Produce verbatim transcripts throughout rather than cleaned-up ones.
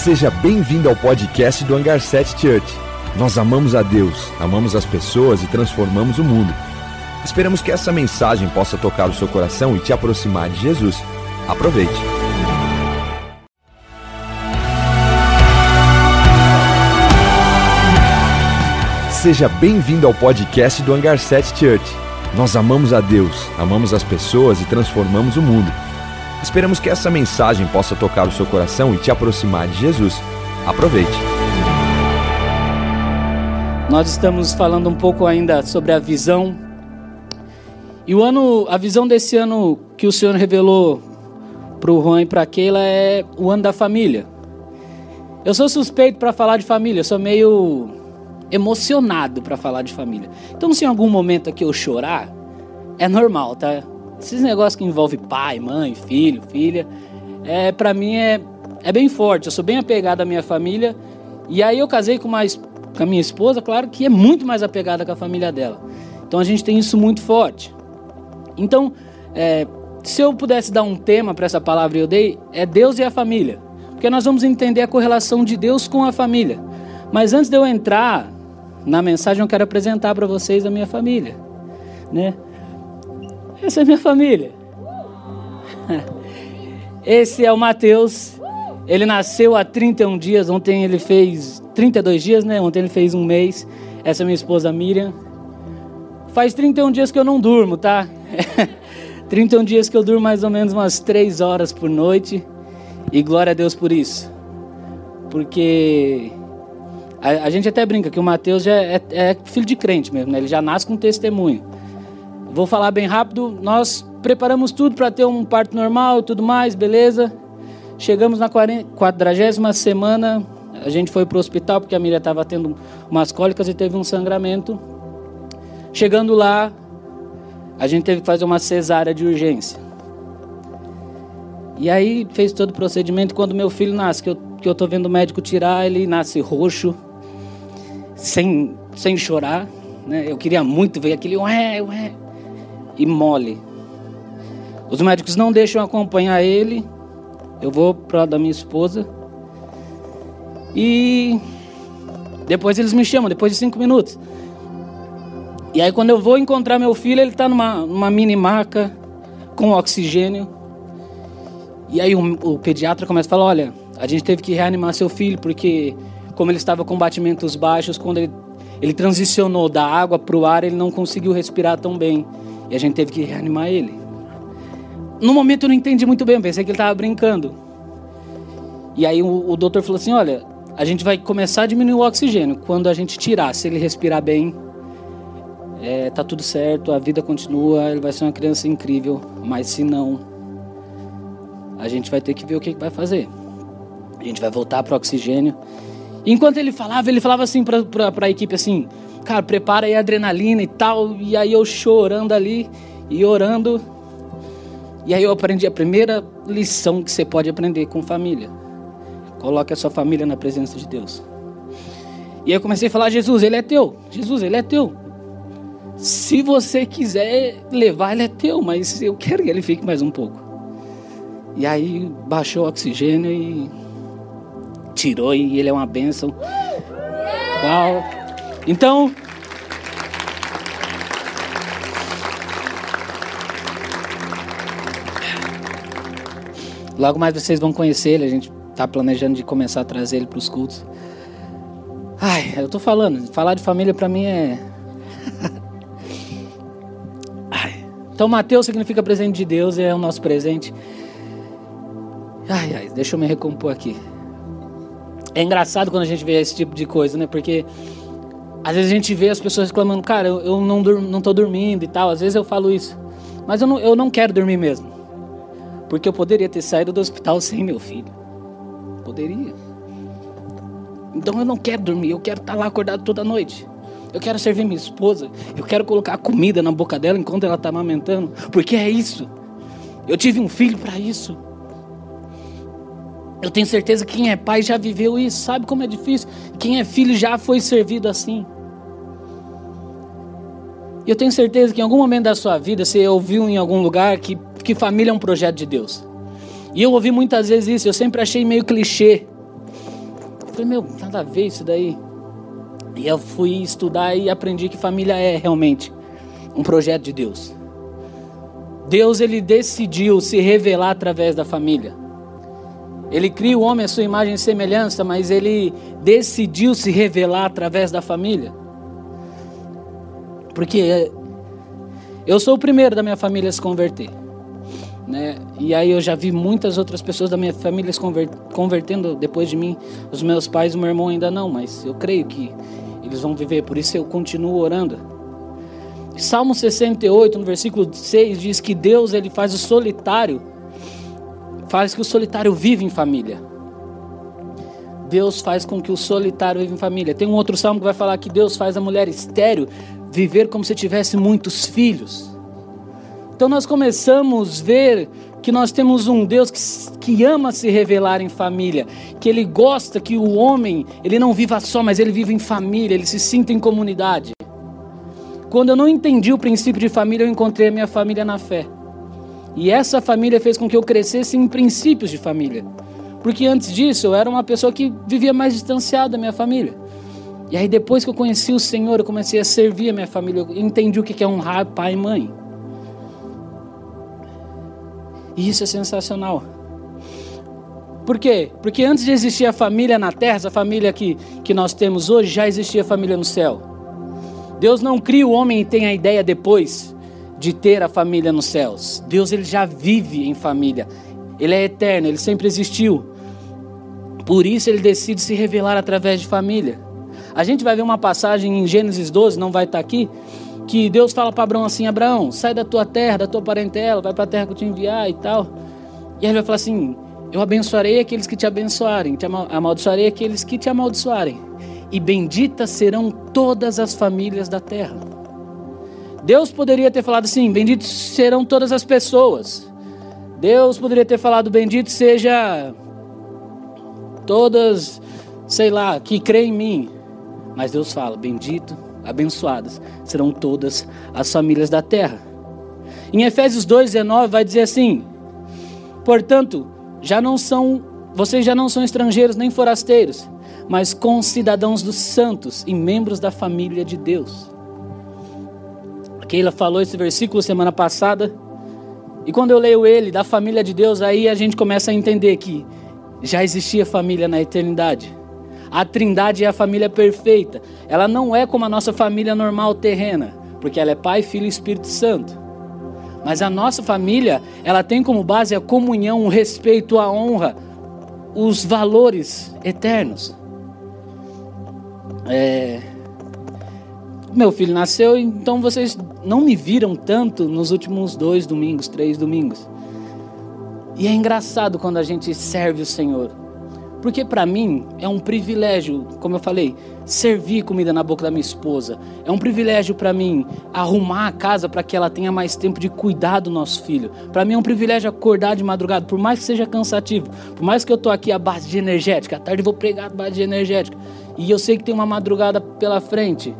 Seja bem-vindo ao podcast do Hangar sete Church. Nós amamos a Deus, amamos as pessoas e transformamos o mundo. Esperamos que essa mensagem possa tocar o seu coração e te aproximar de Jesus. Aproveite. Seja bem-vindo ao podcast do Hangar sete Church. Nós amamos a Deus, amamos as pessoas e transformamos o mundo. Esperamos que essa mensagem possa tocar o seu coração e te aproximar de Jesus. Aproveite. Nós estamos falando um pouco ainda sobre a visão. E o ano, a visão desse ano que o Senhor revelou para o Juan e para a Keila é o ano da família. Eu sou suspeito para falar de família, eu sou meio emocionado para falar de família. Então, se em algum momento aqui eu chorar, é normal, tá? Esses negócios que envolvem pai, mãe, filho, filha, é, para mim é, é bem forte. Eu sou bem apegado à minha família. E aí eu casei com, uma, com a minha esposa, claro que é muito mais apegada com a família dela. Então a gente tem isso muito forte. Então, é, se eu pudesse dar um tema para essa palavra que eu dei, é Deus e a família. Porque nós vamos entender a correlação de Deus com a família. Mas antes de eu entrar na mensagem, eu quero apresentar para vocês a minha família, né? Essa é a minha família. Esse é o Mateus. Ele nasceu há trinta e um dias. Ontem ele fez trinta e dois dias, né? Ontem ele fez um mês. Essa é minha esposa Miriam. Faz trinta e um dias que eu não durmo, tá? trinta e um dias que eu durmo mais ou menos umas três horas por noite. E glória a Deus por isso. Porque a, a gente até brinca que o Mateus já é, é filho de crente mesmo, né? Ele já nasce com testemunho. Vou falar bem rápido. Nós preparamos tudo para ter um parto normal e tudo mais, beleza? Chegamos na quadragésima semana, a gente foi para o hospital porque a Miriam estava tendo umas cólicas e teve um sangramento. Chegando lá, a gente teve que fazer uma cesárea de urgência. E aí fez todo o procedimento. Quando meu filho nasce, que eu, que eu tô vendo o médico tirar, ele nasce roxo, sem, sem chorar, né? Eu queria muito ver aquele ué, ué. E mole. Os médicos não deixam acompanhar ele. Eu vou para lado da minha esposa. E depois eles me chamam, depois de cinco minutos. E aí quando eu vou encontrar meu filho, ele está numa, numa mini maca com oxigênio. E aí o, o pediatra começa a falar, olha, a gente teve que reanimar seu filho, porque como ele estava com batimentos baixos, quando ele, ele transicionou da água para o ar, ele não conseguiu respirar tão bem. E a gente teve que reanimar ele. No momento eu não entendi muito bem, eu pensei que ele estava brincando. E aí o, o doutor falou assim, olha, a gente vai começar a diminuir o oxigênio. Quando a gente tirar, se ele respirar bem, é, tá tudo certo, a vida continua, ele vai ser uma criança incrível. Mas se não, a gente vai ter que ver o que vai fazer. A gente vai voltar para o oxigênio. E enquanto ele falava, ele falava assim para a equipe assim, cara, prepara aí a adrenalina e tal. E aí eu chorando ali e orando. E aí eu aprendi a primeira lição que você pode aprender com família. Coloque a sua família na presença de Deus. E aí eu comecei a falar, Jesus, ele é teu. Jesus, ele é teu. Se você quiser levar, ele é teu. Mas eu quero que ele fique mais um pouco. E aí baixou o oxigênio e tirou. E ele é uma bênção. Uau. Então, logo mais vocês vão conhecer ele. A gente está planejando de começar a trazer ele para os cultos. Ai, eu tô falando, falar de família para mim é... Ai. Então, Mateus significa presente de Deus, é o nosso presente. Ai, ai, deixa eu me recompor aqui. É engraçado quando a gente vê esse tipo de coisa, né? Porque às vezes a gente vê as pessoas reclamando, cara, eu, eu não, dur- não tô dormindo e tal. Às vezes eu falo isso. Mas eu não, eu não quero dormir mesmo. Porque eu poderia ter saído do hospital sem meu filho. Poderia. Então eu não quero dormir. Eu quero estar lá acordado toda noite. Eu quero servir minha esposa. Eu quero colocar comida na boca dela enquanto ela está amamentando. Porque é isso. Eu tive um filho para isso. Eu tenho certeza que quem é pai já viveu isso, sabe como é difícil. Quem é filho já foi servido assim. E eu tenho certeza que em algum momento da sua vida você ouviu em algum lugar que, que família é um projeto de Deus. E eu ouvi muitas vezes isso, eu sempre achei meio clichê. Eu falei, meu, nada a ver isso daí. E eu fui estudar e aprendi que família é realmente um projeto de Deus. Deus, ele decidiu se revelar através da família. Ele cria o homem à sua imagem e semelhança, mas ele decidiu se revelar através da família. Porque eu sou o primeiro da minha família a se converter, né? E aí eu já vi muitas outras pessoas da minha família se convertendo depois de mim. Os meus pais e o meu irmão ainda não, mas eu creio que eles vão viver, por isso eu continuo orando. Salmo sessenta e oito, no versículo seis, diz que Deus, ele faz o solitário, faz que o solitário vive em família. Deus faz com que o solitário viva em família. Tem um outro salmo que vai falar que Deus faz a mulher estéril viver como se tivesse muitos filhos. Então nós começamos a ver que nós temos um Deus que, que ama se revelar em família, que Ele gosta que o homem, ele não viva só, mas ele vive em família, ele se sinta em comunidade. Quando eu não entendi o princípio de família, eu encontrei a minha família na fé. E essa família fez com que eu crescesse em princípios de família. Porque antes disso, eu era uma pessoa que vivia mais distanciada da minha família. E aí depois que eu conheci o Senhor, eu comecei a servir a minha família, eu entendi o que é honrar pai e mãe. E isso é sensacional. Por quê? Porque antes de existir a família na terra, essa família que, que nós temos hoje, já existia a família no céu. Deus não cria o homem e tem a ideia depois de ter a família nos céus. Deus, ele já vive em família. Ele é eterno, ele sempre existiu. Por isso ele decide se revelar através de família. A gente vai ver uma passagem em Gênesis doze, não vai estar aqui, que Deus fala para Abraão assim: Abraão, sai da tua terra, da tua parentela, vai para a terra que eu te enviar e tal. E ele vai falar assim: eu abençoarei aqueles que te abençoarem, te amaldiçoarei aqueles que te amaldiçoarem. E benditas serão todas as famílias da terra. Deus poderia ter falado assim: benditos serão todas as pessoas. Deus poderia ter falado: bendito seja todas, sei lá, que creem em mim. Mas Deus fala: bendito, abençoadas serão todas as famílias da terra. Em Efésios dois, dezenove vai dizer assim: portanto, já não são, vocês já não são estrangeiros nem forasteiros, mas concidadãos dos santos e membros da família de Deus. A Keila falou esse versículo semana passada, e quando eu leio ele, da família de Deus, aí a gente começa a entender que já existia família na eternidade. A Trindade é a família perfeita. Ela não é como a nossa família normal terrena, porque ela é Pai, Filho e Espírito Santo. Mas a nossa família, ela tem como base a comunhão, o respeito, a honra, os valores eternos. É... Meu filho nasceu, então vocês não me viram tanto nos últimos dois domingos, três domingos. E é engraçado quando a gente serve o Senhor. Porque para mim é um privilégio, como eu falei, servir comida na boca da minha esposa. É um privilégio para mim arrumar a casa para que ela tenha mais tempo de cuidar do nosso filho. Para mim é um privilégio acordar de madrugada, por mais que seja cansativo. Por mais que eu tô aqui à base de energética, à tarde eu vou pregar à base de energética. E eu sei que tem uma madrugada pela frente.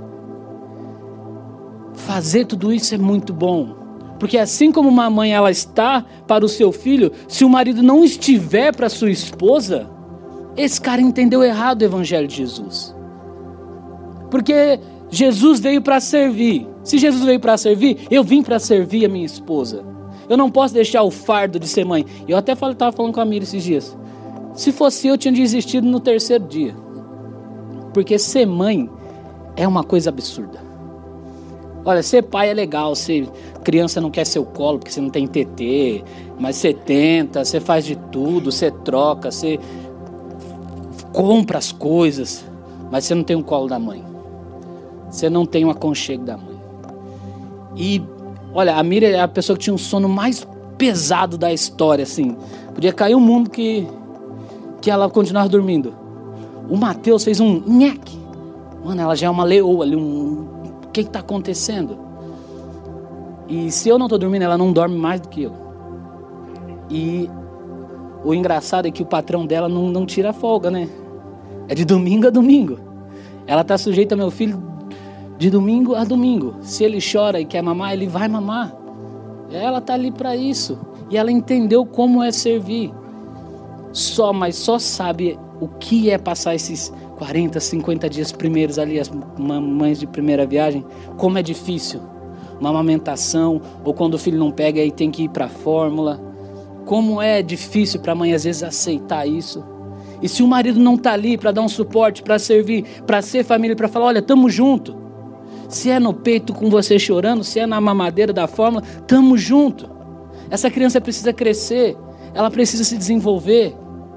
Fazer tudo isso é muito bom. Porque assim como uma mãe ela está para o seu filho, se o marido não estiver para sua esposa, esse cara entendeu errado o evangelho de Jesus. Porque Jesus veio para servir. Se Jesus veio para servir, eu vim para servir a minha esposa. Eu não posso deixar o fardo de ser mãe. Eu até estava falando com a Mira esses dias. Se fosse eu, tinha desistido no terceiro dia. Porque ser mãe é uma coisa absurda. Olha, ser pai é legal, ser criança não quer seu colo porque você não tem T T, mas você tenta, você faz de tudo, você troca, você compra as coisas, mas você não tem o colo da mãe. Você não tem o aconchego da mãe. E, olha, a Mira é a pessoa que tinha um sono mais pesado da história, assim. Podia cair o mundo que, que ela continuava dormindo. O Mateus fez um nheque. Mano, ela já é uma leoa ali, um... O que está acontecendo? E se eu não estou dormindo, ela não dorme mais do que eu. E o engraçado é que o patrão dela não, não tira folga, né? É de domingo a domingo. Ela está sujeita, meu filho, de domingo a domingo. Se ele chora e quer mamar, ele vai mamar. Ela está ali para isso. E ela entendeu como é servir. Só, mas só sabe o que é passar esses quarenta, cinquenta dias primeiros ali, as mamães de primeira viagem, como é difícil. Uma amamentação, ou quando o filho não pega e tem que ir para a fórmula. Como é difícil para a mãe às vezes aceitar isso. E se o marido não está ali para dar um suporte, para servir, para ser família, para falar, olha, estamos junto. Se é no peito com você chorando, se é na mamadeira da fórmula, estamos junto. Essa criança precisa crescer, ela precisa se desenvolver.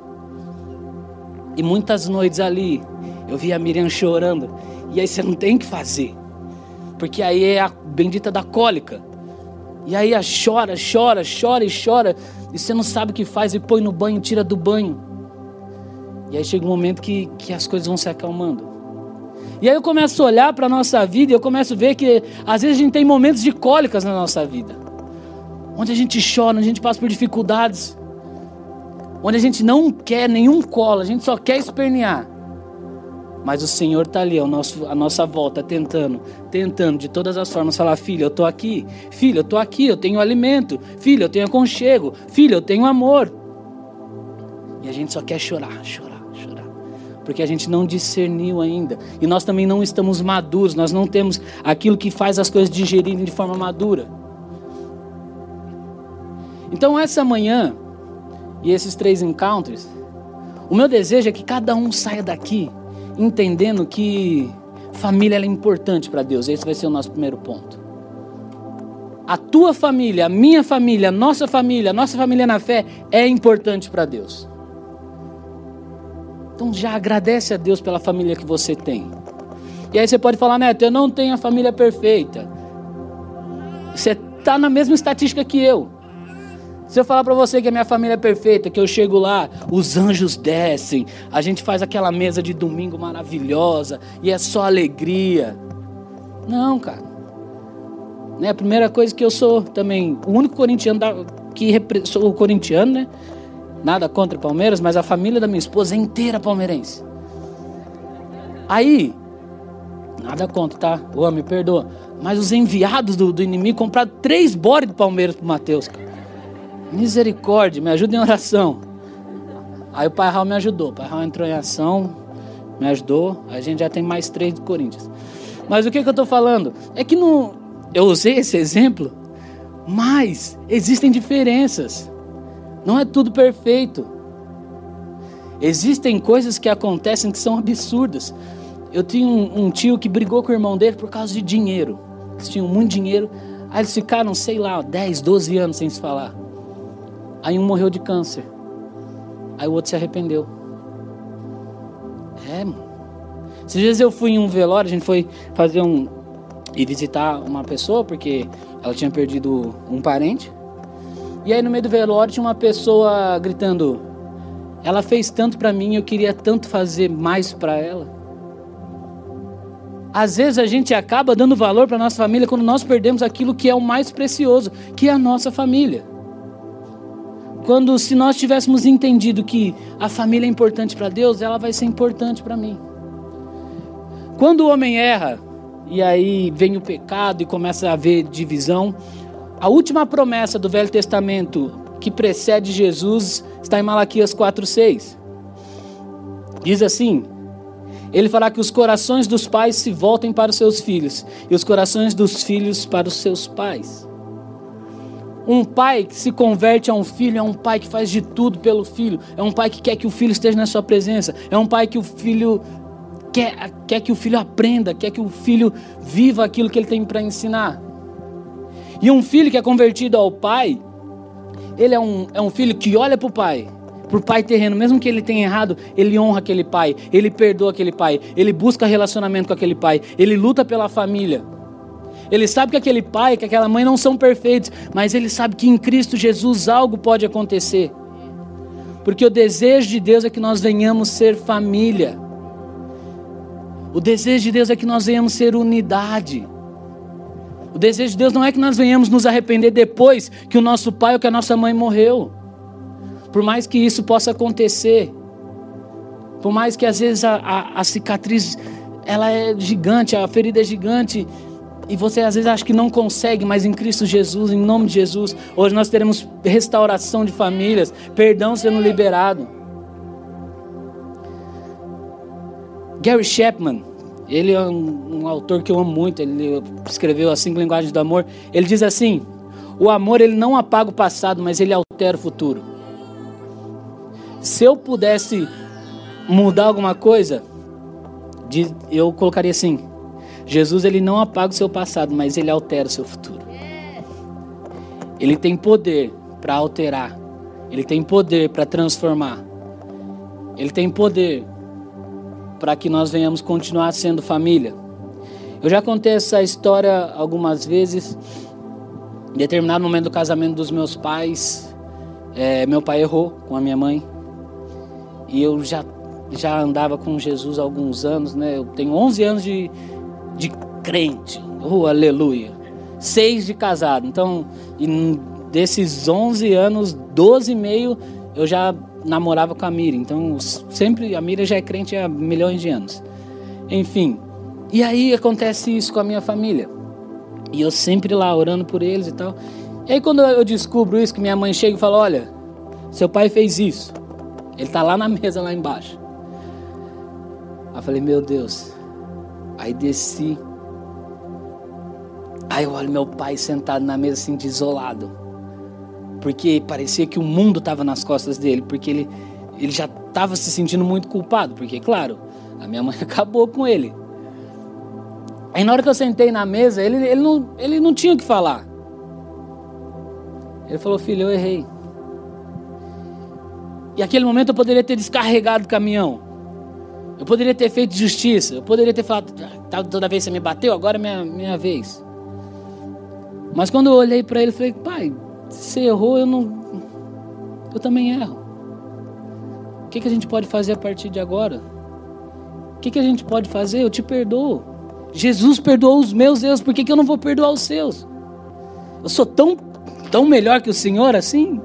E muitas noites ali, eu vi a Miriam chorando, e aí você não tem o que fazer, porque aí é a bendita da cólica. E aí ela chora, chora, chora e chora, e você não sabe o que faz, e põe no banho, tira do banho. E aí chega um momento que, que as coisas vão se acalmando. E aí eu começo a olhar para a nossa vida e eu começo a ver que às vezes a gente tem momentos de cólicas na nossa vida. Onde a gente chora, onde a gente passa por dificuldades. Onde a gente não quer nenhum colo, a gente só quer espernear. Mas o Senhor está ali, ao nosso, à nossa volta, tentando, tentando de todas as formas falar, filho, eu estou aqui. Filho, eu estou aqui, eu tenho alimento. Filho, eu tenho aconchego. Filho, eu tenho amor. E a gente só quer chorar, chorar. Porque a gente não discerniu ainda. E nós também não estamos maduros. Nós não temos aquilo que faz as coisas digerirem de forma madura. Então essa manhã, e esses três encounters, o meu desejo é que cada um saia daqui entendendo que família ela é importante para Deus. Esse vai ser o nosso primeiro ponto. A tua família, a minha família, a nossa família, a nossa família na fé é importante para Deus. Então já agradece a Deus pela família que você tem. E aí você pode falar, Neto, eu não tenho a família perfeita. Você está na mesma estatística que eu. Se eu falar para você que a minha família é perfeita, que eu chego lá, os anjos descem, a gente faz aquela mesa de domingo maravilhosa, e é só alegria. Não, cara. Né? A primeira coisa que eu sou também, o único corintiano da, que repre, sou corintiano, né? Nada contra o Palmeiras, mas a família da minha esposa é inteira palmeirense. Aí, nada contra, tá? Ô, me perdoa. Mas os enviados do, do inimigo compraram três bodes do Palmeiras pro Matheus, cara. Misericórdia, me ajuda em oração. Aí o Pai Raul me ajudou. O Pai Raul entrou em ação, me ajudou. A gente já tem mais três do Corinthians. Mas o que, que eu estou falando? É que no, eu usei esse exemplo, mas existem diferenças. Não é tudo perfeito. Existem coisas que acontecem que são absurdas. Eu tinha um, um tio que brigou com o irmão dele por causa de dinheiro. Eles tinham muito dinheiro. Aí eles ficaram, sei lá, dez, doze anos sem se falar. Aí um morreu de câncer. Aí o outro se arrependeu. É, mano. Esses dias eu fui em um velório, a gente foi fazer um... e visitar uma pessoa, porque ela tinha perdido um parente. E aí no meio do velório tinha uma pessoa gritando, ela fez tanto pra mim, eu queria tanto fazer mais pra ela. Às vezes a gente acaba dando valor pra nossa família quando nós perdemos aquilo que é o mais precioso, que é a nossa família. Quando se nós tivéssemos entendido que a família é importante pra Deus, ela vai ser importante pra mim. Quando o homem erra, e aí vem o pecado e começa a haver divisão, a última promessa do Velho Testamento que precede Jesus está em Malaquias quatro, seis. Diz assim, ele fará que os corações dos pais se voltem para os seus filhos e os corações dos filhos para os seus pais. Um pai que se converte a um filho é um pai que faz de tudo pelo filho, é um pai que quer que o filho esteja na sua presença, é um pai que o filho quer, quer que o filho aprenda, quer que o filho viva aquilo que ele tem para ensinar. E um filho que é convertido ao pai, ele é um, é um filho que olha para o pai, para o pai terreno, mesmo que ele tenha errado, ele honra aquele pai, ele perdoa aquele pai, ele busca relacionamento com aquele pai, ele luta pela família. Ele sabe que aquele pai, que aquela mãe não são perfeitos, mas ele sabe que em Cristo Jesus algo pode acontecer. Porque o desejo de Deus é que nós venhamos ser família. O desejo de Deus é que nós venhamos ser unidade. O desejo de Deus não é que nós venhamos nos arrepender depois que o nosso pai ou que a nossa mãe morreu. Por mais que isso possa acontecer. Por mais que às vezes a, a, a cicatriz ela é gigante, a ferida é gigante. E você às vezes acha que não consegue, mas em Cristo Jesus, em nome de Jesus, hoje nós teremos restauração de famílias, perdão sendo liberado. Gary Chapman, ele é um, um autor que eu amo muito, ele escreveu As Cinco Linguagens do Amor. Ele diz assim: o amor, ele não apaga o passado, mas ele altera o futuro. Se eu pudesse mudar alguma coisa, eu colocaria assim: Jesus, ele não apaga o seu passado, mas ele altera o seu futuro. Ele tem poder para alterar. Ele tem poder para transformar. Ele tem poder para que nós venhamos continuar sendo família. Eu já contei essa história algumas vezes. Em determinado momento do casamento dos meus pais, é, meu pai errou com a minha mãe. E eu já, já andava com Jesus há alguns anos, né? Eu tenho onze anos de, de crente. Oh, aleluia. Seis de casado. Então, desses onze anos, doze e meio, eu já namorava com a Miriam. Então, sempre, a Miriam já é crente há milhões de anos. Enfim. E aí acontece isso com a minha família. E eu sempre lá orando por eles e tal. E aí quando eu descubro isso, que minha mãe chega e fala: olha, seu pai fez isso. Ele tá lá na mesa, lá embaixo. Aí eu falei: meu Deus. Aí desci. Aí eu olho meu pai sentado na mesa assim, desolado. Porque parecia que o mundo estava nas costas dele. Porque ele, ele já estava se sentindo muito culpado. Porque, claro, a minha mãe acabou com ele. Aí na hora que eu sentei na mesa, ele, ele, não, ele não tinha o que falar. Ele falou: filho, eu errei. E naquele momento eu poderia ter descarregado o caminhão. Eu poderia ter feito justiça. Eu poderia ter falado: toda vez que você me bateu, agora é minha, minha vez. Mas quando eu olhei para ele, eu falei: pai, você errou, eu não... Eu também erro. O que, que a gente pode fazer a partir de agora? O que, que a gente pode fazer? Eu te perdoo. Jesus perdoou os meus erros, por que, que eu não vou perdoar os seus? Eu sou tão, tão melhor que o Senhor assim?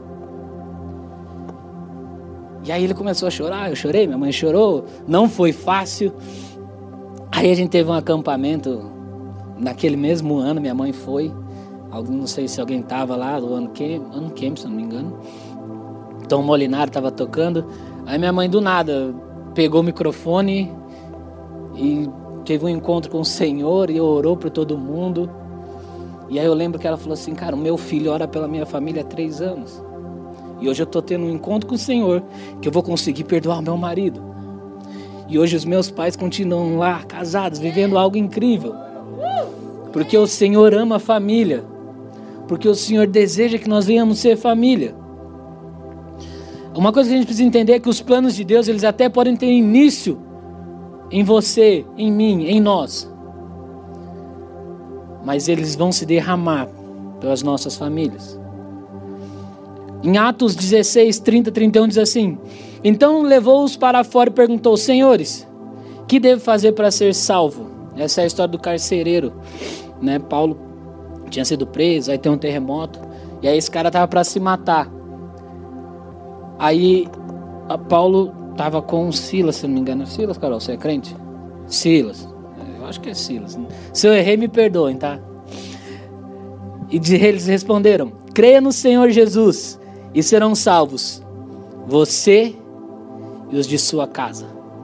E aí ele começou a chorar, eu chorei, minha mãe chorou, não foi fácil. Aí a gente teve um acampamento, naquele mesmo ano minha mãe foi, não sei se alguém estava lá, do ano Camp, ano Camp, se não me engano. Tom Molinari estava tocando, aí minha mãe do nada pegou o microfone e teve um encontro com o Senhor e orou por todo mundo. E aí eu lembro que ela falou assim: cara, o meu filho ora pela minha família há três anos. E hoje eu estou tendo um encontro com o Senhor, que eu vou conseguir perdoar o meu marido. E hoje os meus pais continuam lá, casados, vivendo algo incrível. Porque o Senhor ama a família. Porque o Senhor deseja que nós venhamos ser família. Uma coisa que a gente precisa entender é que os planos de Deus, eles até podem ter início em você, em mim, em nós. Mas eles vão se derramar pelas nossas famílias. Em Atos dezesseis, trinta, trinta e um diz assim: então levou-os para fora e perguntou: senhores, que devo fazer para ser salvo? Essa é a história do carcereiro, né? Paulo tinha sido preso, aí tem um terremoto, e aí esse cara estava para se matar. Aí a Paulo estava com Silas, se não me engano. Silas, Carol, você é crente? Silas, eu acho que é Silas. Se eu errei, me perdoem, tá? E eles responderam: creia no Senhor Jesus e serão salvos, você e os de sua casa.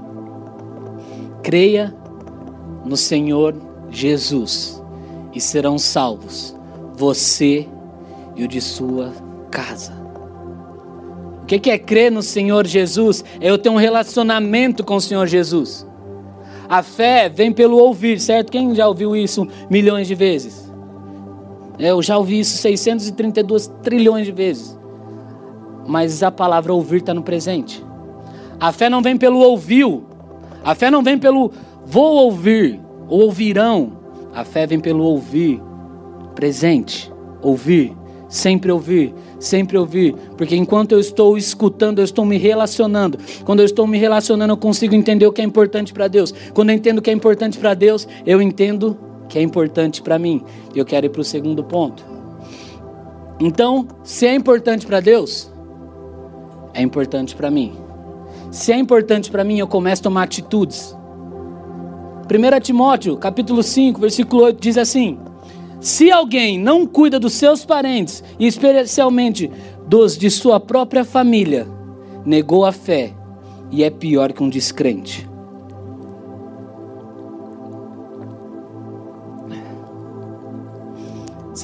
Creia no Senhor Jesus e serão salvos, você e o de sua casa. O que é crer no Senhor Jesus? É eu ter um relacionamento com o Senhor Jesus. A fé vem pelo ouvir, certo? Quem já ouviu isso milhões de vezes? Eu já ouvi isso seiscentos e trinta e dois trilhões de vezes. Mas a palavra ouvir está no presente. A fé não vem pelo ouviu. A fé não vem pelo vou ouvir, ou ouvirão. A fé vem pelo ouvir presente. Ouvir, sempre ouvir, sempre ouvir. Porque enquanto eu estou escutando, eu estou me relacionando. Quando eu estou me relacionando, eu consigo entender o que é importante para Deus. Quando eu entendo o que é importante para Deus, eu entendo que é importante para mim. Eu quero ir para o segundo ponto. Então, se é importante para Deus, é importante para mim. Se é importante para mim, eu começo a tomar atitudes. primeiro Timóteo, capítulo cinco, versículo oito, diz assim: se alguém não cuida dos seus parentes, e especialmente dos de sua própria família, negou a fé e é pior que um descrente.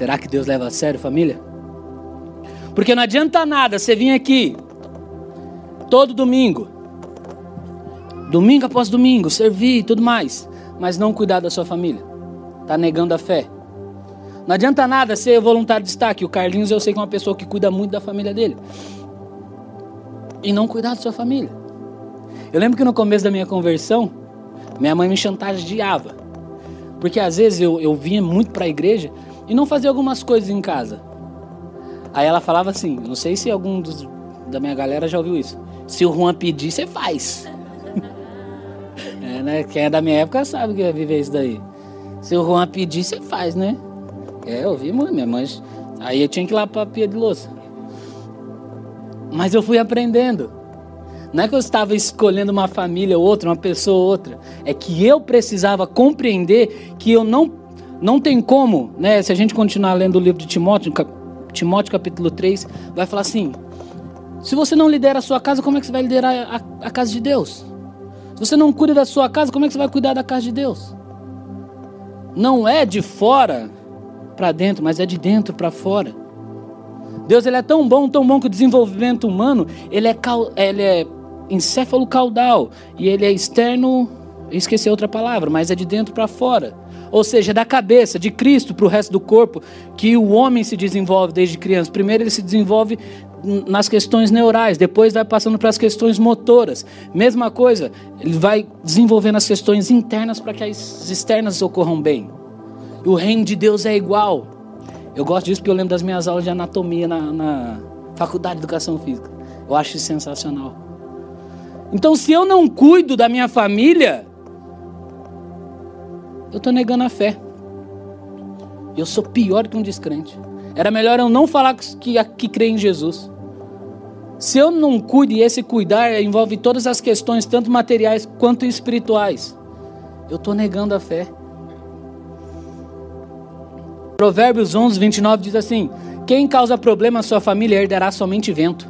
Será que Deus leva a sério, família? Porque não adianta nada você vir aqui todo domingo, domingo após domingo, servir e tudo mais, mas não cuidar da sua família. Está negando a fé. Não adianta nada ser voluntário de destaque. O Carlinhos, eu sei que é uma pessoa que cuida muito da família dele. E não cuidar da sua família. Eu lembro que no começo da minha conversão, minha mãe me chantageava. Porque às vezes eu, eu vinha muito para a igreja e não fazia algumas coisas em casa. Aí ela falava assim, não sei se algum dos, da minha galera já ouviu isso. Se o Juan pedir, você faz. É, né? Quem é da minha época sabe que ia viver isso daí. Se o Juan pedir, você faz, né? É, eu ouvi muito, minha mãe. Aí eu tinha que ir lá para a pia de louça. Mas eu fui aprendendo. Não é que eu estava escolhendo uma família ou outra, uma pessoa ou outra. É que eu precisava compreender que eu não, não tem como, né? Se a gente continuar lendo o livro de Timóteo, Timóteo capítulo três, vai falar assim, se você não lidera a sua casa, como é que você vai liderar a, a casa de Deus? Se você não cuida da sua casa, como é que você vai cuidar da casa de Deus? Não é de fora para dentro, mas é de dentro para fora. Deus, ele é tão bom, tão bom que o desenvolvimento humano, ele é, ele é encéfalo caudal e ele é externo, eu esqueci outra palavra, mas é de dentro para fora. Ou seja, da cabeça, de Cristo para o resto do corpo, que o homem se desenvolve desde criança. Primeiro ele se desenvolve nas questões neurais, depois vai passando para as questões motoras. Mesma coisa, ele vai desenvolvendo as questões internas para que as externas ocorram bem. E o reino de Deus é igual. Eu gosto disso porque eu lembro das minhas aulas de anatomia na, na faculdade de educação física. Eu acho isso sensacional. Então, se eu não cuido da minha família, eu estou negando a fé. Eu sou pior que um descrente. Era melhor eu não falar que, que creio em Jesus. Se eu não cuido, e esse cuidar envolve todas as questões, tanto materiais quanto espirituais, eu estou negando a fé. Provérbios onze, vinte e nove diz assim, quem causa problema à sua família herdará somente vento.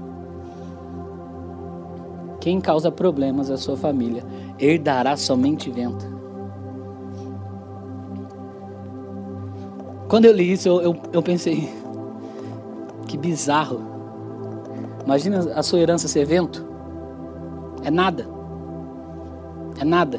Quem causa problemas à sua família herdará somente vento. Quando eu li isso, eu, eu, eu pensei, que bizarro. Imagina a sua herança ser vento. É nada. É nada.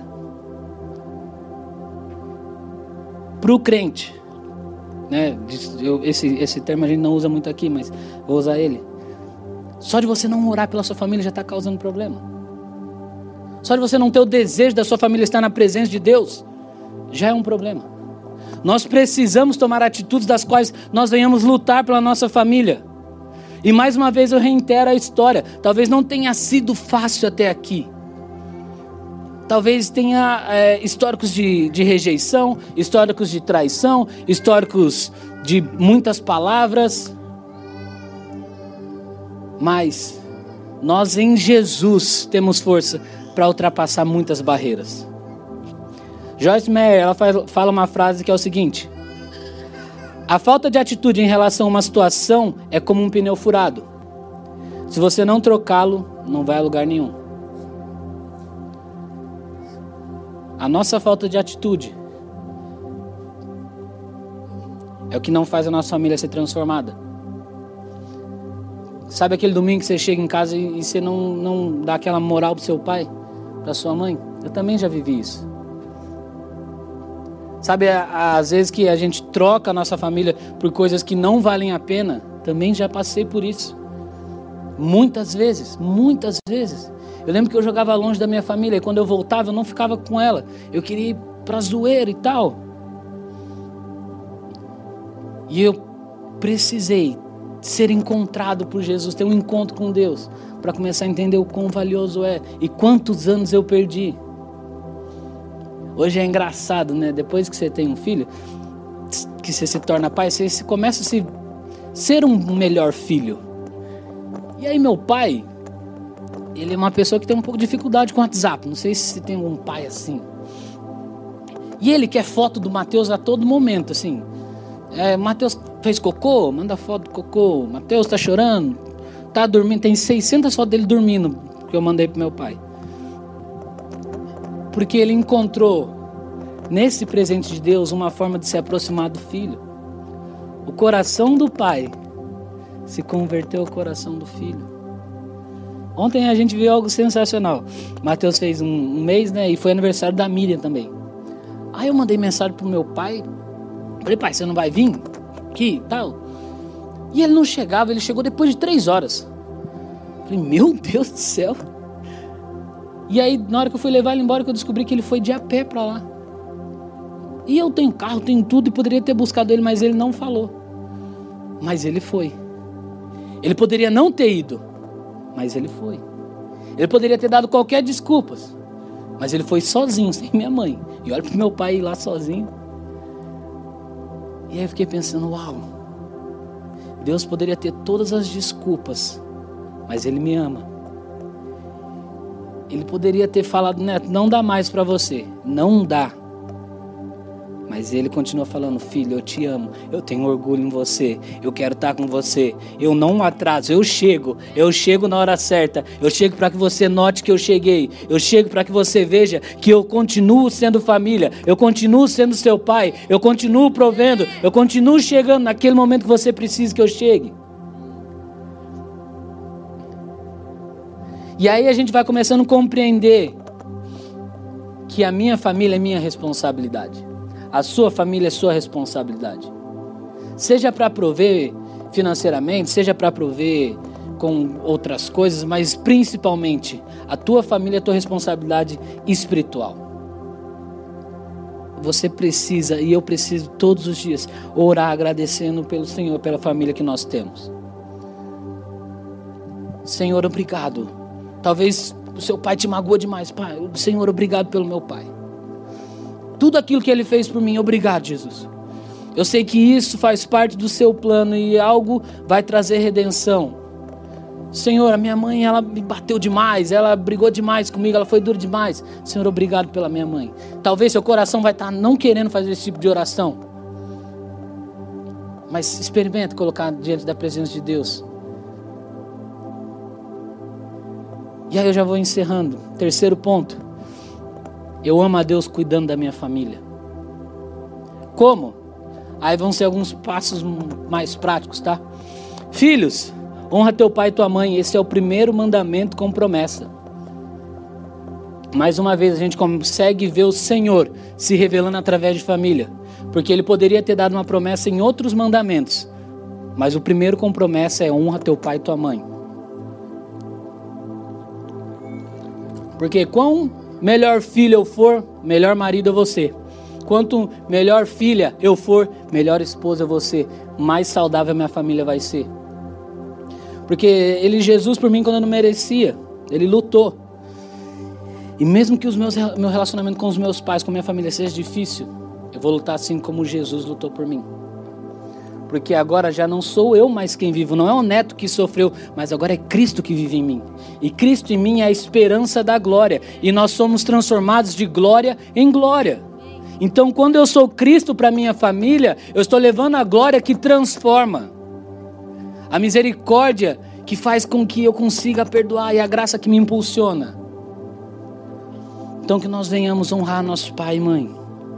Para o crente, né? Eu, esse, esse termo a gente não usa muito aqui, mas vou usar ele. Só de você não orar pela sua família já está causando problema. Só de você não ter o desejo da sua família estar na presença de Deus já é um problema. Nós precisamos tomar atitudes das quais nós venhamos lutar pela nossa família. E mais uma vez eu reitero a história. Talvez não tenha sido fácil até aqui. Talvez tenha é, históricos de, de rejeição, históricos de traição, históricos de muitas palavras. Mas nós em Jesus temos força para ultrapassar muitas barreiras. Joyce Meyer, ela fala uma frase que é o seguinte: a falta de atitude em relação a uma situação é como um pneu furado. Se você não trocá-lo, não vai a lugar nenhum. A nossa falta de atitude é o que não faz a nossa família ser transformada. Sabe aquele domingo que você chega em casa e, e você não, não dá aquela moral pro seu pai, pra sua mãe? Eu também já vivi isso. Sabe, às vezes que a gente troca a nossa família por coisas que não valem a pena, também já passei por isso. Muitas vezes, muitas vezes. Eu lembro que eu jogava longe da minha família e quando eu voltava eu não ficava com ela. Eu queria ir pra zoeira e tal. E eu precisei ser encontrado por Jesus, ter um encontro com Deus, para começar a entender o quão valioso é e quantos anos eu perdi. Hoje é engraçado, né? Depois que você tem um filho, que você se torna pai, você começa a se, ser um melhor filho. E aí meu pai, ele é uma pessoa que tem um pouco de dificuldade com o WhatsApp. Não sei se tem algum pai assim. E ele quer foto do Mateus a todo momento, assim. É, Mateus fez cocô? Manda foto do cocô. Mateus tá chorando? Tá dormindo? Tem seiscentas fotos dele dormindo que eu mandei pro meu pai. Porque ele encontrou nesse presente de Deus uma forma de se aproximar do filho. o coração do pai se converteu ao coração do filho. Ontem a gente viu algo sensacional. Mateus fez um, um mês, né? E foi aniversário da Miriam também. Aí eu mandei mensagem pro meu pai. Falei, pai, você não vai vir? Que tal? E ele não chegava, ele chegou depois de três horas. Falei, meu Deus do céu. E aí, na hora que eu fui levar ele embora, que eu descobri que ele foi de a pé pra lá. E eu tenho carro, tenho tudo, e poderia ter buscado ele, mas ele não falou. Mas ele foi. Ele poderia não ter ido, mas ele foi. Ele poderia ter dado qualquer desculpa, mas ele foi sozinho, sem minha mãe. E olha pro meu pai ir lá sozinho. E aí eu fiquei pensando, uau, Deus poderia ter todas as desculpas, mas Ele me ama. Ele poderia ter falado, Neto, não dá mais para você, não dá. Mas Ele continua falando, filho, eu te amo, eu tenho orgulho em você, eu quero estar com você, eu não atraso, eu chego, eu chego na hora certa, eu chego para que você note que eu cheguei, eu chego para que você veja que eu continuo sendo família, eu continuo sendo seu pai, eu continuo provendo, eu continuo chegando naquele momento que você precisa que eu chegue. E aí a gente vai começando a compreender que a minha família é minha responsabilidade. A sua família é sua responsabilidade. Seja para prover financeiramente, seja para prover com outras coisas, mas principalmente a tua família é tua responsabilidade espiritual. Você precisa, e eu preciso todos os dias, orar agradecendo pelo Senhor, pela família que nós temos. Senhor, obrigado. Talvez o seu pai te magoou demais. Pai, Senhor, obrigado pelo meu pai. Tudo aquilo que Ele fez por mim, obrigado, Jesus. Eu sei que isso faz parte do seu plano e algo vai trazer redenção. Senhor, a minha mãe, ela me bateu demais, ela brigou demais comigo, ela foi dura demais. Senhor, obrigado pela minha mãe. Talvez seu coração vai estar não querendo fazer esse tipo de oração. Mas experimenta colocar diante da presença de Deus. E aí eu já vou encerrando. Terceiro ponto. Eu amo a Deus cuidando da minha família. Como? Aí vão ser alguns passos mais práticos, tá? Filhos, honra teu pai e tua mãe. Esse é o primeiro mandamento com promessa. Mais uma vez a gente consegue ver o Senhor se revelando através de família. Porque Ele poderia ter dado uma promessa em outros mandamentos. Mas o primeiro com promessa é honra teu pai e tua mãe. Porque quão melhor filho eu for, melhor marido eu vou ser. Quanto melhor filha eu for, melhor esposa eu vou ser. Mais saudável a minha família vai ser. Porque Ele, Jesus, por mim, quando eu não merecia, Ele lutou. E mesmo que os meus, meu relacionamento com os meus pais, com a minha família seja difícil, eu vou lutar assim como Jesus lutou por mim. Porque agora já não sou eu mais quem vivo, não é o neto que sofreu, mas agora é Cristo que vive em mim. E Cristo em mim é a esperança da glória. E nós somos transformados de glória em glória. Então quando eu sou Cristo para minha família, eu estou levando a glória que transforma. A misericórdia que faz com que eu consiga perdoar e a graça que me impulsiona. Então que nós venhamos honrar nosso pai e mãe.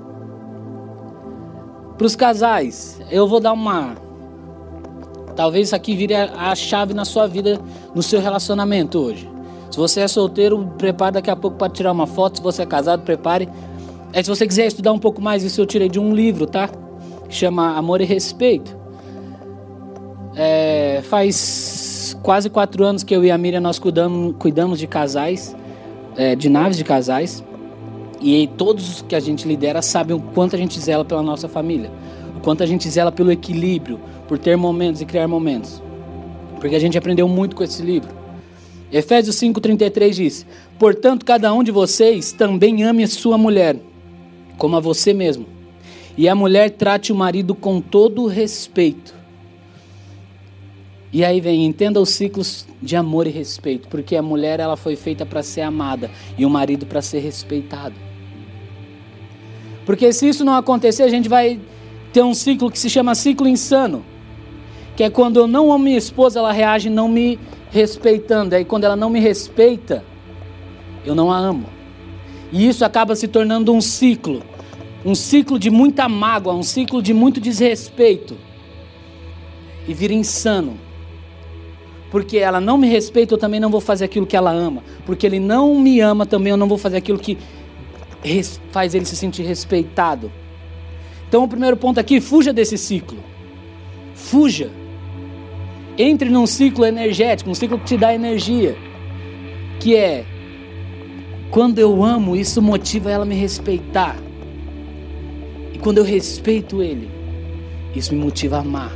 Para os casais, eu vou dar uma... Talvez isso aqui vire a, a chave na sua vida, no seu relacionamento hoje. Se você é solteiro, prepare daqui a pouco para tirar uma foto. Se você é casado, prepare. É, se você quiser estudar um pouco mais, isso eu tirei de um livro, tá? Que chama Amor e Respeito. É, faz quase quatro anos que eu e a Miriam nós cuidamos, cuidamos de casais, é, de naves de casais. E todos que a gente lidera sabem o quanto a gente zela pela nossa família. O quanto a gente zela pelo equilíbrio, por ter momentos e criar momentos. Porque a gente aprendeu muito com esse livro. Efésios cinco, trinta e três diz: portanto, cada um de vocês também ame a sua mulher, como a você mesmo. E a mulher trate o marido com todo respeito. E aí vem, entenda os ciclos de amor e respeito. Porque a mulher ela foi feita para ser amada e o marido para ser respeitado. Porque se isso não acontecer, a gente vai ter um ciclo que se chama ciclo insano. Que é quando eu não amo minha esposa, ela reage não me respeitando. Aí quando ela não me respeita, eu não a amo. E isso acaba se tornando um ciclo. Um ciclo de muita mágoa, um ciclo de muito desrespeito. e vira insano. Porque ela não me respeita, eu também não vou fazer aquilo que ela ama. Porque ele não me ama também, eu não vou fazer aquilo que faz ele se sentir respeitado. Então o primeiro ponto aqui, fuja desse ciclo. Fuja. Entre num ciclo energético, um ciclo que te dá energia. Que é, quando eu amo, isso motiva ela a me respeitar. E quando eu respeito ele, isso me motiva a amar.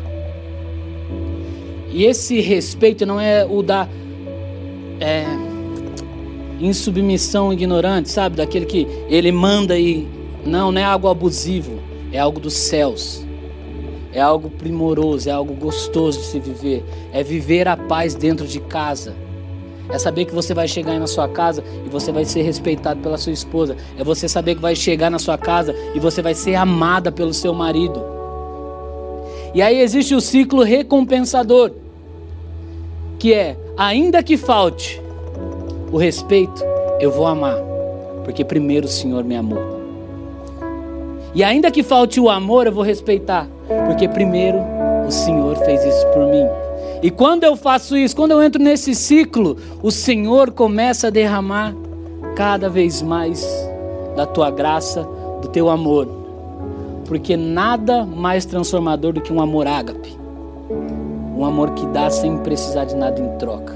E esse respeito não é o da é, insubmissão ignorante, sabe? Daquele que ele manda e... Não, não é algo abusivo. É algo dos céus. É algo primoroso, é algo gostoso de se viver. É viver a paz dentro de casa. É saber que você vai chegar aí na sua casa e você vai ser respeitado pela sua esposa. É você saber que vai chegar na sua casa e você vai ser amada pelo seu marido. E aí existe o ciclo recompensador, que é, ainda que falte o respeito, eu vou amar, porque primeiro o Senhor me amou. E ainda que falte o amor, eu vou respeitar, porque primeiro o Senhor fez isso por mim. E quando eu faço isso, quando eu entro nesse ciclo, o Senhor começa a derramar cada vez mais da tua graça, do teu amor. Porque nada mais transformador do que um amor ágape. Um amor que dá sem precisar de nada em troca.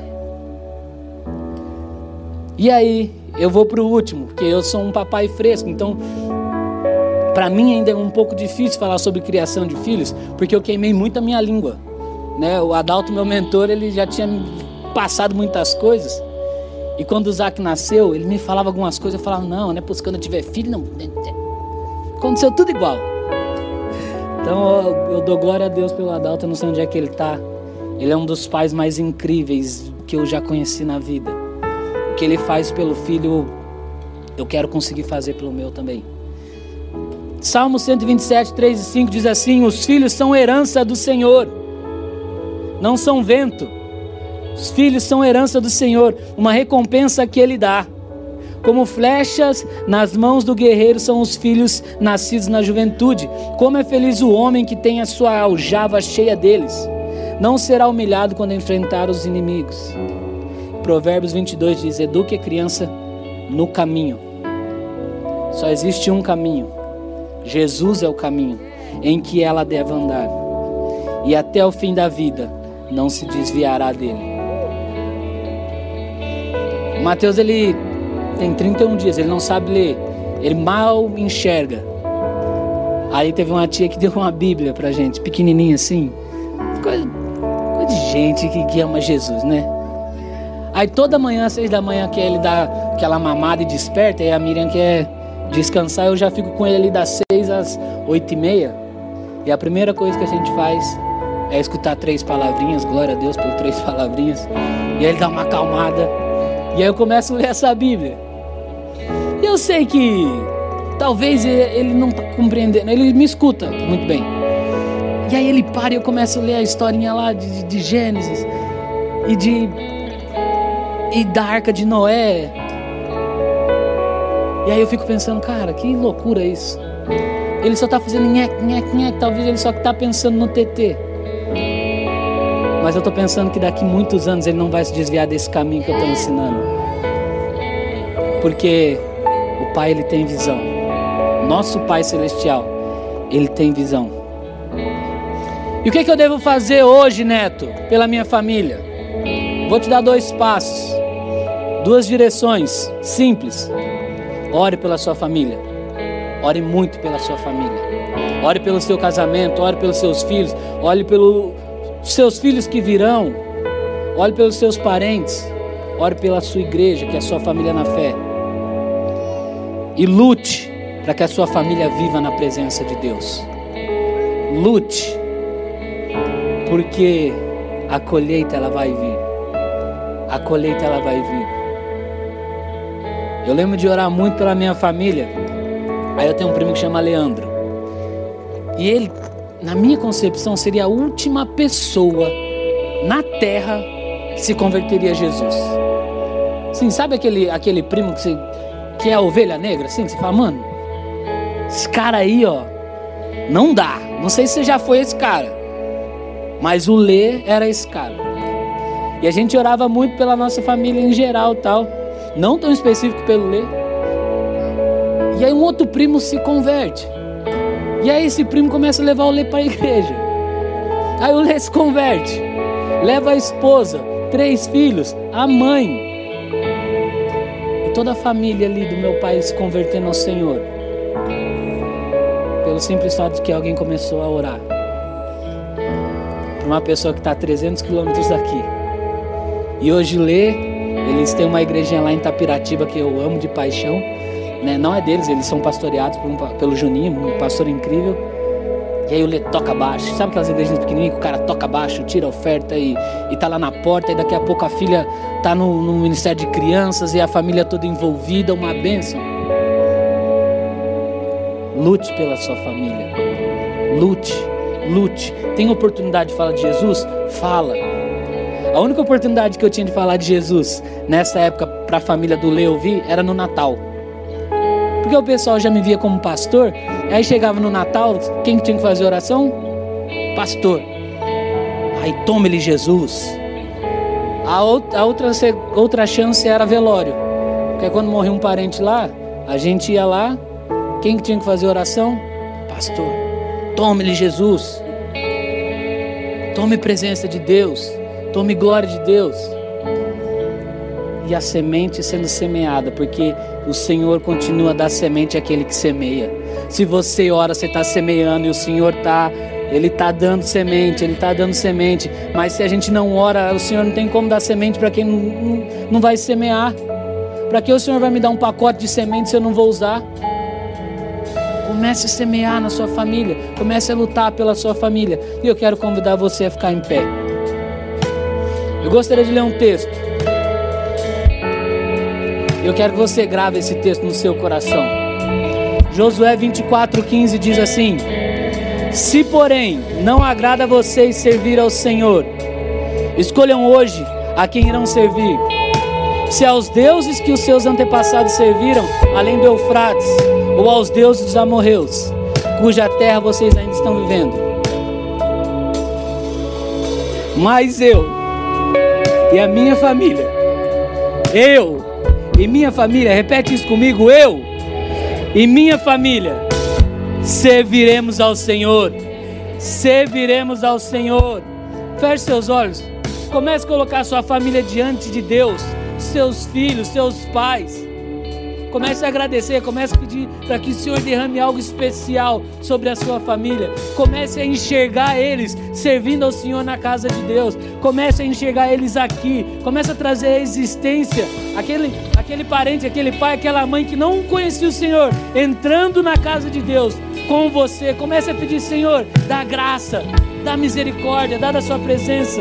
E aí, eu vou pro último, porque eu sou um papai fresco, então para mim ainda é um pouco difícil falar sobre criação de filhos, porque eu queimei muito a minha língua. Né? O Adalto, meu mentor, ele já tinha passado muitas coisas. E quando o Isaac nasceu, ele me falava algumas coisas, eu falava, não, não é possível, quando eu tiver filho, não. Aconteceu tudo igual. Então eu, eu dou glória a Deus pelo Adalto, eu não sei onde é que ele está. Ele é um dos pais mais incríveis que eu já conheci na vida. O que ele faz pelo filho, eu quero conseguir fazer pelo meu também. Salmo cento e vinte e sete, três e cinco diz assim, os filhos são herança do Senhor, não são vento. Os filhos são herança do Senhor, uma recompensa que Ele dá. Como flechas nas mãos do guerreiro são os filhos nascidos na juventude. Como é feliz o homem que tem a sua aljava cheia deles. Não será humilhado quando enfrentar os inimigos. Provérbios vinte e dois diz, eduque a criança no caminho. Só existe um caminho. Jesus é o caminho em que ela deve andar. E até o fim da vida não se desviará dele. Mateus, ele tem trinta e um dias, ele não sabe ler, ele mal enxerga. Aí teve uma tia que deu uma Bíblia pra gente, pequenininha assim, coisa, coisa de gente que, que ama Jesus, né? Aí toda manhã, às seis da manhã, que ele dá aquela mamada e desperta, e a Miriam quer descansar, eu já fico com ele ali das seis às oito e meia, e a primeira coisa que a gente faz é escutar três palavrinhas, glória a Deus por três palavrinhas, e aí ele dá uma acalmada, e aí eu começo a ler essa Bíblia. E eu sei que talvez ele não está compreendendo, ele me escuta muito bem. E aí ele para e eu começo a ler a historinha lá de, de, de Gênesis e, de, e da Arca de Noé. E aí eu fico pensando, cara, que loucura isso. Ele só está fazendo nhec, nhec, nhec, talvez ele só está pensando no T T. Mas eu estou pensando que daqui muitos anos ele não vai se desviar desse caminho que eu estou ensinando. Porque o Pai, ele tem visão. Nosso Pai Celestial, ele tem visão. E o que, que eu devo fazer hoje, Neto, pela minha família? Vou te dar dois passos, duas direções simples. Ore pela sua família. Ore muito pela sua família. Ore pelo seu casamento, ore pelos seus filhos, ore pelos seus filhos que virão, ore pelos seus parentes, ore pela sua igreja, que é a sua família na fé. E lute para que a sua família viva na presença de Deus. Lute, porque a colheita ela vai vir. A colheita ela vai vir. Eu lembro de orar muito pela minha família. Aí eu tenho um primo que chama Leandro. E ele, na minha concepção, seria a última pessoa na terra que se converteria a Jesus. Sim, sabe aquele, aquele primo que, você, que é a ovelha negra? Assim, que você fala, mano, esse cara aí, ó, não dá. Não sei se você já foi esse cara. Mas o Lê era esse cara. E a gente orava muito pela nossa família em geral, tal. Não tão específico pelo Lê. E aí um outro primo se converte. E aí esse primo começa a levar o Lê para a igreja. Aí o Lê se converte. Leva a esposa, três filhos, a mãe. E toda a família ali do meu pai se convertendo ao Senhor. Pelo simples fato de que alguém começou a orar. Para uma pessoa que está a trezentos quilômetros daqui. E hoje Lê, eles têm uma igrejinha lá em Itapiratiba que eu amo de paixão. Né? Não é deles, eles são pastoreados por um, pelo Juninho, um pastor incrível. E aí o Lê toca baixo. Sabe aquelas igrejas pequenininhas que o cara toca baixo, tira a oferta e, e tá lá na porta. E daqui a pouco a filha tá no, no Ministério de Crianças e a família toda envolvida, uma bênção. Lute pela sua família. Lute, lute. Tem oportunidade de falar de Jesus? Fala. A única oportunidade que eu tinha de falar de Jesus nessa época para a família do Lê ouvir era no Natal. Porque o pessoal já me via como pastor. Aí chegava no Natal, quem tinha que fazer oração? Pastor. Aí toma-lhe Jesus. A outra, a outra, outra chance era velório. Porque quando morria um parente lá, a gente ia lá. Quem tinha que fazer oração? Pastor. Tome-lhe Jesus. Tome presença de Deus. Tome glória de Deus. E a semente sendo semeada, porque o Senhor continua a dar semente àquele que semeia. Se você ora, você está semeando e o Senhor está, Ele está dando semente, Ele está dando semente. Mas se a gente não ora, o Senhor não tem como dar semente para quem não, não, não vai semear. Para que o Senhor vai me dar um pacote de semente se eu não vou usar? Comece a semear na sua família, comece a lutar pela sua família. E eu quero convidar você a ficar em pé. Eu gostaria de ler um texto. Eu quero que você grave esse texto no seu coração. Josué vinte e quatro, quinze diz assim: se porém não agrada a vocês servir ao Senhor, escolham hoje a quem irão servir. Se aos deuses que os seus antepassados serviram, além do Eufrates, ou aos deuses dos amorreus, cuja terra vocês ainda estão vivendo. Mas eu e a minha família, eu e minha família, repete isso comigo, eu e minha família serviremos ao Senhor, serviremos ao Senhor. Feche seus olhos, comece a colocar sua família diante de Deus, seus filhos, seus pais. Comece a agradecer, comece a pedir para que o Senhor derrame algo especial sobre a sua família. Comece a enxergar eles servindo ao Senhor na casa de Deus. Comece a enxergar eles aqui. Comece a trazer à existência aquele, aquele parente, aquele pai, aquela mãe que não conhecia o Senhor, entrando na casa de Deus com você. Comece a pedir: Senhor, dá graça, dá misericórdia, dá da sua presença.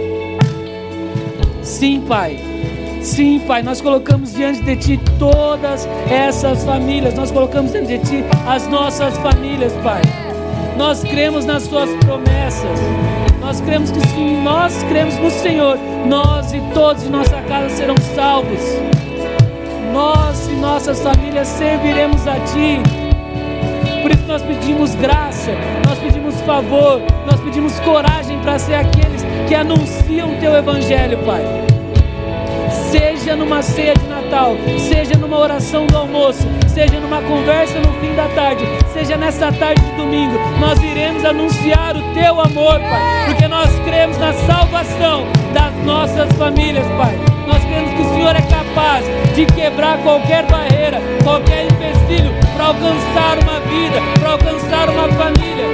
Sim, Pai. Sim, Pai, nós colocamos diante de Ti todas essas famílias. Nós colocamos diante de Ti as nossas famílias, Pai. Nós cremos nas Suas promessas. Nós cremos que sim, nós cremos no Senhor. Nós e todos de nossa casa serão salvos. Nós e nossas famílias serviremos a Ti. Por isso nós pedimos graça, nós pedimos favor, nós pedimos coragem para ser aqueles que anunciam o Teu Evangelho, Pai. Seja numa ceia de Natal, seja numa oração do almoço, seja numa conversa no fim da tarde, seja nessa tarde de domingo, nós iremos anunciar o Teu amor, Pai, porque nós cremos na salvação das nossas famílias, Pai. Nós cremos que o Senhor é capaz de quebrar qualquer barreira, qualquer empecilho para alcançar uma vida, para alcançar uma família.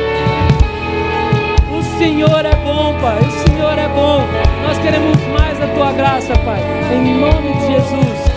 O Senhor é bom, Pai, o Senhor é bom. Nós queremos mais da Tua graça, Pai, em nome de Jesus.